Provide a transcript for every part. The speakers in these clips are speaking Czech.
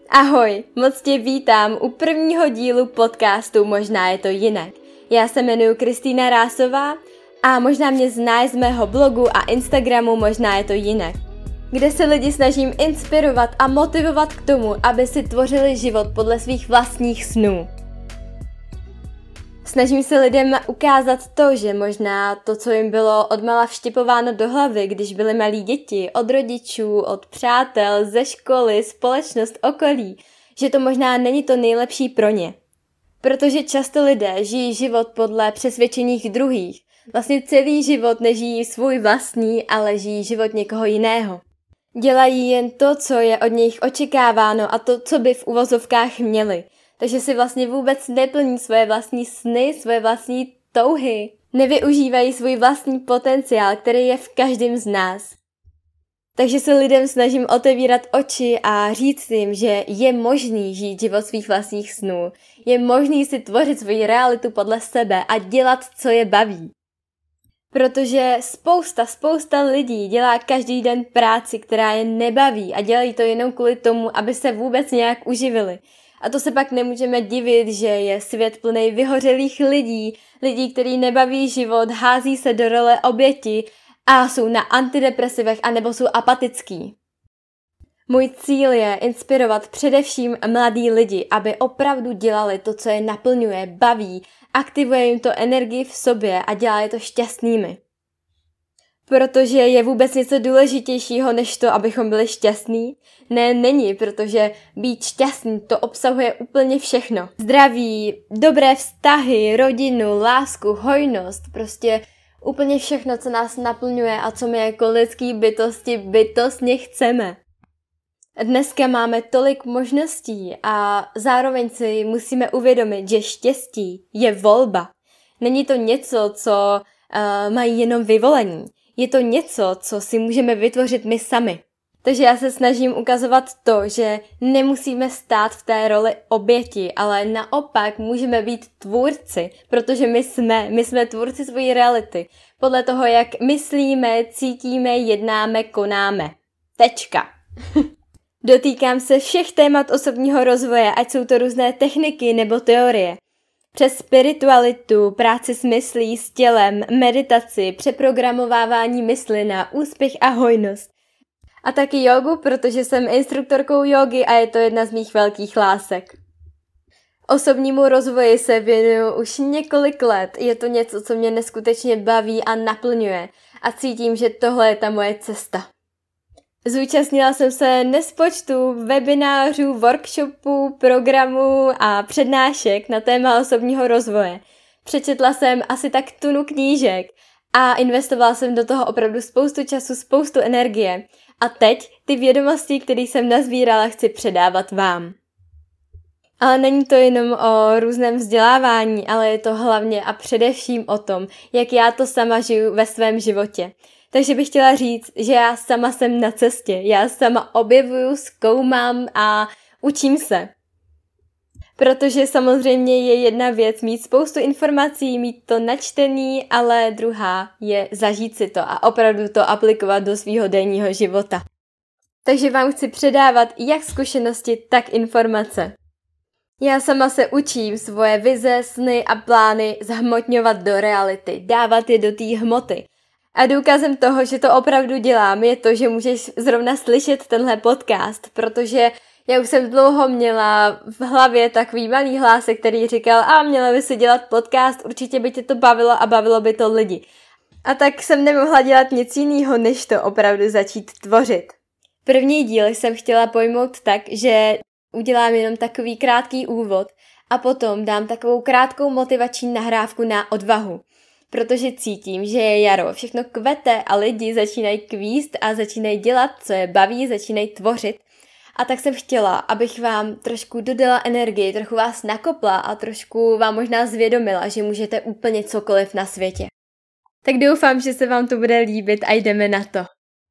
Ahoj, moc tě vítám u prvního dílu podcastu Možná je to jinak. Já se jmenuji Kristýna Rásová a možná mě znáš z mého blogu a Instagramu Možná je to jinak, kde se lidi snažím inspirovat a motivovat k tomu, aby si tvořili život podle svých vlastních snů. Snažím se lidem ukázat to, že možná to, co jim bylo odmala vštěpováno do hlavy, když byli malí děti, od rodičů, od přátel, ze školy, společnost, okolí, že to možná není to nejlepší pro ně. Protože často lidé žijí život podle přesvědčení druhých. Vlastně celý život nežijí svůj vlastní, ale žijí život někoho jiného. Dělají jen to, co je od nich očekáváno a to, co by v uvozovkách měli. Takže si vlastně vůbec neplní svoje vlastní sny, svoje vlastní touhy. Nevyužívají svůj vlastní potenciál, který je v každém z nás. Takže se lidem snažím otevírat oči a říct jim, že je možný žít život svých vlastních snů. Je možný si tvořit svoji realitu podle sebe a dělat, co je baví. Protože spousta lidí dělá každý den práci, která je nebaví a dělají to jenom kvůli tomu, aby se vůbec nějak uživili. A to se pak nemůžeme divit, že je svět plný vyhořelých lidí, kteří nebaví život, hází se do role oběti a jsou na antidepresivech anebo jsou apatický. Můj cíl je inspirovat především mladý lidi, aby opravdu dělali to, co je naplňuje, baví, aktivuje jim to energii v sobě a dělá je to šťastnými. Protože je vůbec něco důležitějšího než to, abychom byli šťastní? Ne, není, protože být šťastný to obsahuje úplně všechno. Zdraví, dobré vztahy, rodinu, lásku, hojnost, prostě úplně všechno, co nás naplňuje a co my jako lidský bytosti bytostně chceme. Dneska máme tolik možností a zároveň si musíme uvědomit, že štěstí je volba. Není to něco, co mají jenom vyvolení. Je to něco, co si můžeme vytvořit my sami. Takže já se snažím ukazovat to, že nemusíme stát v té roli oběti, ale naopak můžeme být tvůrci, protože my jsme tvůrci svojí reality. Podle toho, jak myslíme, cítíme, jednáme, konáme. Tečka. Dotýkám se všech témat osobního rozvoje, ať jsou to různé techniky nebo teorie. Přes spiritualitu, práci s myslí, s tělem, meditaci, přeprogramovávání mysli na úspěch a hojnost. A taky jogu, protože jsem instruktorkou jógy a je to jedna z mých velkých lásek. Osobnímu rozvoji se věnuju už několik let. Je to něco, co mě neskutečně baví a naplňuje. A cítím, že tohle je ta moje cesta. Zúčastnila jsem se nespočtu webinářů, workshopů, programů a přednášek na téma osobního rozvoje. Přečetla jsem asi tak tunu knížek a investovala jsem do toho opravdu spoustu času, spoustu energie. A teď ty vědomosti, které jsem nazbírala, chci předávat vám. Ale není to jenom o různém vzdělávání, ale je to hlavně a především o tom, jak já to sama žiju ve svém životě. Takže bych chtěla říct, že já sama jsem na cestě, já sama objevuju, zkoumám a učím se. Protože samozřejmě je jedna věc mít spoustu informací, mít to načtený, ale druhá je zažít si to a opravdu to aplikovat do svého denního života. Takže vám chci předávat jak zkušenosti, tak informace. Já sama se učím svoje vize, sny a plány zhmotňovat do reality, dávat je do té hmoty. A důkazem toho, že to opravdu dělám, je to, že můžeš zrovna slyšet tenhle podcast, protože já už jsem dlouho měla v hlavě takový malý hlásek, který říkal, a měla by si dělat podcast, určitě by tě to bavilo a bavilo by to lidi. A tak jsem nemohla dělat nic jiného, než to opravdu začít tvořit. První díl jsem chtěla pojmout tak, že udělám jenom takový krátký úvod a potom dám takovou krátkou motivační nahrávku na odvahu. Protože cítím, že je jaro, všechno kvete a lidi začínají kvíst a začínají dělat, co je baví, začínají tvořit. A tak jsem chtěla, abych vám trošku dodala energii, trochu vás nakopla a trošku vám možná zvědomila, že můžete úplně cokoliv na světě. Tak doufám, že se vám to bude líbit a jdeme na to.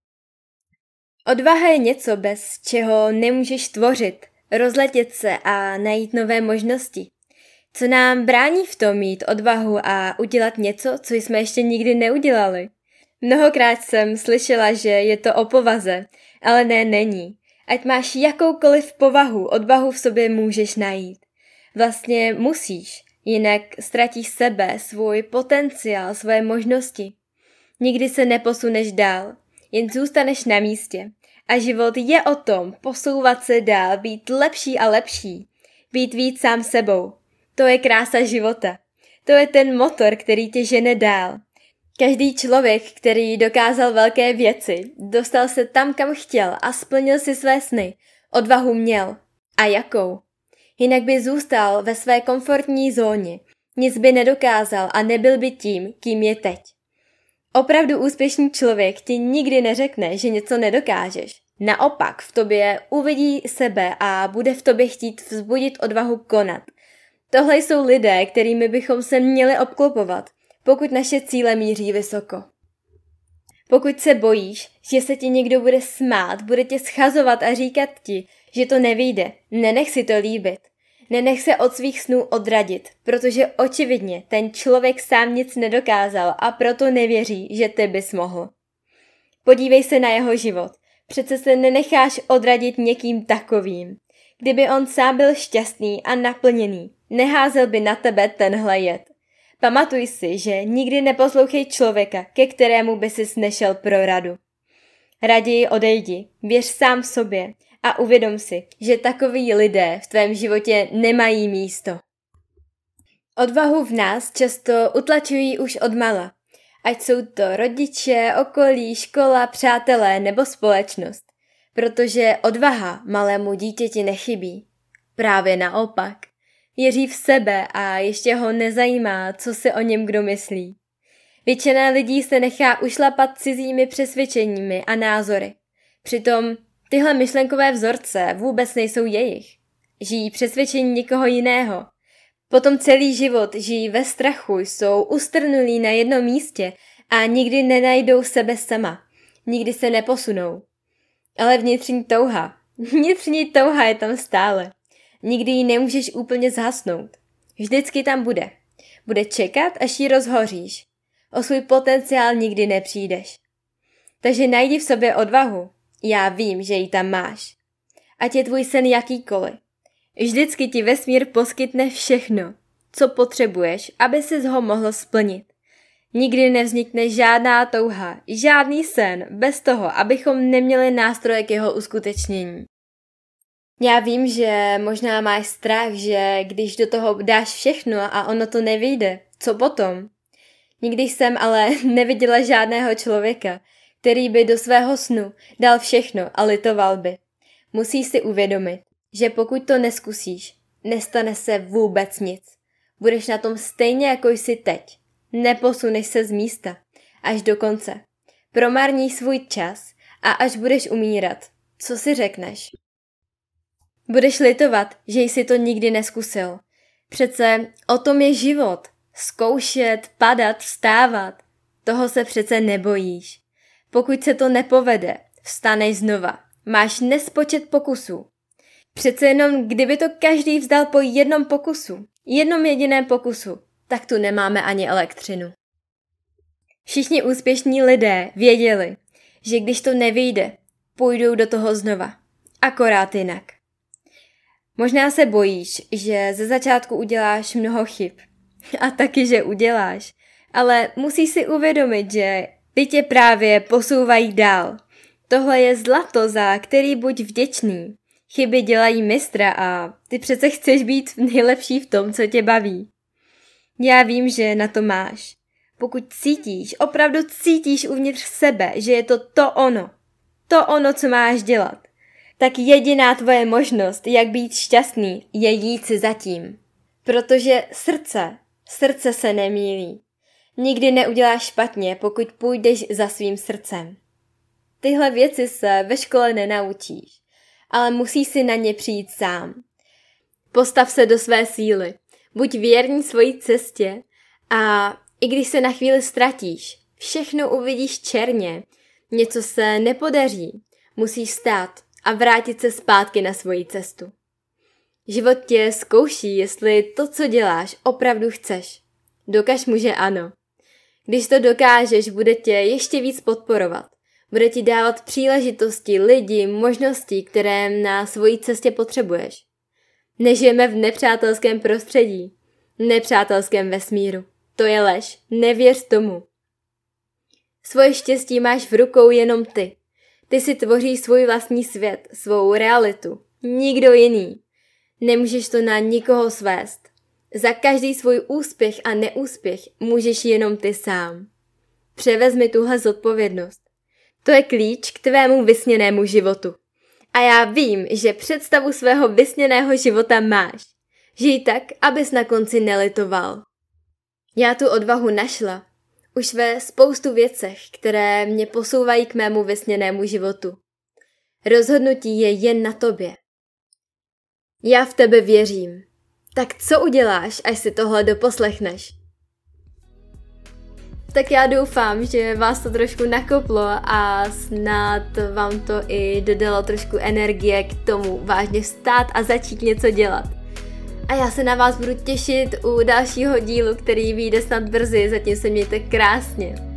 Odvaha je něco, bez čeho nemůžeš tvořit, rozletět se a najít nové možnosti. Co nám brání v tom mít odvahu a udělat něco, co jsme ještě nikdy neudělali? Mnohokrát jsem slyšela, že je to o povaze, ale ne, není. Ať máš jakoukoliv povahu, odvahu v sobě můžeš najít. Vlastně musíš, jinak ztratíš sebe, svůj potenciál, svoje možnosti. Nikdy se neposuneš dál, jen zůstaneš na místě. A život je o tom posouvat se dál, být lepší a lepší, být víc sám sebou. To je krása života. To je ten motor, který tě žene dál. Každý člověk, který dokázal velké věci, dostal se tam, kam chtěl a splnil si své sny. Odvahu měl. A jakou? Jinak by zůstal ve své komfortní zóně. Nic by nedokázal a nebyl by tím, kým je teď. Opravdu úspěšný člověk ti nikdy neřekne, že něco nedokážeš. Naopak v tobě uvidí sebe a bude v tobě chtít vzbudit odvahu konat. Tohle jsou lidé, kterými bychom se měli obklopovat, pokud naše cíle míří vysoko. Pokud se bojíš, že se ti někdo bude smát, bude tě schazovat a říkat ti, že to nevyjde, nenech si to líbit. Nenech se od svých snů odradit, protože očividně ten člověk sám nic nedokázal a proto nevěří, že ty bys mohl. Podívej se na jeho život. Přece se nenecháš odradit někým takovým. Kdyby on sám byl šťastný a naplněný, neházel by na tebe tenhle jed. Pamatuj si, že nikdy neposlouchej člověka, ke kterému by sis nešel pro radu. Raději odejdi, věř sám sobě a uvědom si, že takoví lidé v tvém životě nemají místo. Odvahu v nás často utlačují už odmala. Ať jsou to rodiče, okolí, škola, přátelé nebo společnost. Protože odvaha malému dítěti nechybí. Právě naopak. Věří v sebe a ještě ho nezajímá, co si o něm kdo myslí. Většina lidí se nechá ušlapat cizími přesvědčeními a názory. Přitom tyhle myšlenkové vzorce vůbec nejsou jejich. Žijí přesvědčení někoho jiného. Potom celý život žijí ve strachu, jsou ustrnulí na jednom místě a nikdy nenajdou sebe sama. Nikdy se neposunou. Ale vnitřní touha je tam stále. Nikdy ji nemůžeš úplně zhasnout. Vždycky tam bude. Bude čekat, až ji rozhoříš. O svůj potenciál nikdy nepřijdeš. Takže najdi v sobě odvahu. Já vím, že ji tam máš. Ať je tvůj sen jakýkoliv. Vždycky ti vesmír poskytne všechno, co potřebuješ, aby sis ho mohl splnit. Nikdy nevznikne žádná touha, žádný sen bez toho, abychom neměli nástroje k jeho uskutečnění. Já vím, že možná máš strach, že když do toho dáš všechno a ono to nevyjde, co potom? Nikdy jsem ale neviděla žádného člověka, který by do svého snu dal všechno a litoval by. Musíš si uvědomit, že pokud to neskusíš, nestane se vůbec nic. Budeš na tom stejně, jako jsi teď. Neposuneš se z místa. Až do konce. Promarníš svůj čas a až budeš umírat, co si řekneš? Budeš litovat, že jsi to nikdy neskusil. Přece o tom je život. Zkoušet, padat, vstávat. Toho se přece nebojíš. Pokud se to nepovede, vstaneš znova. Máš nespočet pokusů. Přece jenom kdyby to každý vzdal po jednom pokusu, jednom jediném pokusu, tak tu nemáme ani elektřinu. Všichni úspěšní lidé věděli, že když to nevyjde, půjdou do toho znova. Akorát jinak. Možná se bojíš, že ze začátku uděláš mnoho chyb. A taky, že uděláš. Ale musíš si uvědomit, že ty tě právě posouvají dál. Tohle je zlato, za který buď vděčný. Chyby dělají mistra a ty přece chceš být nejlepší v tom, co tě baví. Já vím, že na to máš. Pokud cítíš, opravdu cítíš uvnitř sebe, že je to ono, co máš dělat, tak jediná tvoje možnost, jak být šťastný, je jít si zatím. Protože srdce se nemýlí. Nikdy neuděláš špatně, pokud půjdeš za svým srdcem. Tyhle věci se ve škole nenaučíš, ale musíš si na ně přijít sám. Postav se do své síly, buď věrný svojí cestě a i když se na chvíli ztratíš, všechno uvidíš černě, něco se nepodaří, musíš stát a vrátit se zpátky na svoji cestu. Život tě zkouší, jestli to, co děláš, opravdu chceš. Dokaž mu, že ano. Když to dokážeš, bude tě ještě víc podporovat. Bude ti dávat příležitosti, lidi, možnosti, které na svojí cestě potřebuješ. Nežijeme v nepřátelském prostředí, nepřátelském vesmíru. To je lež, nevěř tomu. Svoje štěstí máš v rukou jenom ty. Ty si tvoříš svůj vlastní svět, svou realitu. Nikdo jiný. Nemůžeš to na nikoho svést. Za každý svůj úspěch a neúspěch můžeš jenom ty sám. Převezmi tuhle zodpovědnost. To je klíč k tvému vysněnému životu. A já vím, že představu svého vysněného života máš. Žij tak, abys na konci nelitoval. Já tu odvahu našla. Už ve spoustu věcech, které mě posouvají k mému vysněnému životu. Rozhodnutí je jen na tobě. Já v tebe věřím. Tak co uděláš, až si tohle doposlechneš? Tak já doufám, že vás to trošku nakoplo a snad vám to i dodalo trošku energie k tomu vážně vstát a začít něco dělat. A já se na vás budu těšit u dalšího dílu, který vyjde snad brzy, zatím se mějte krásně.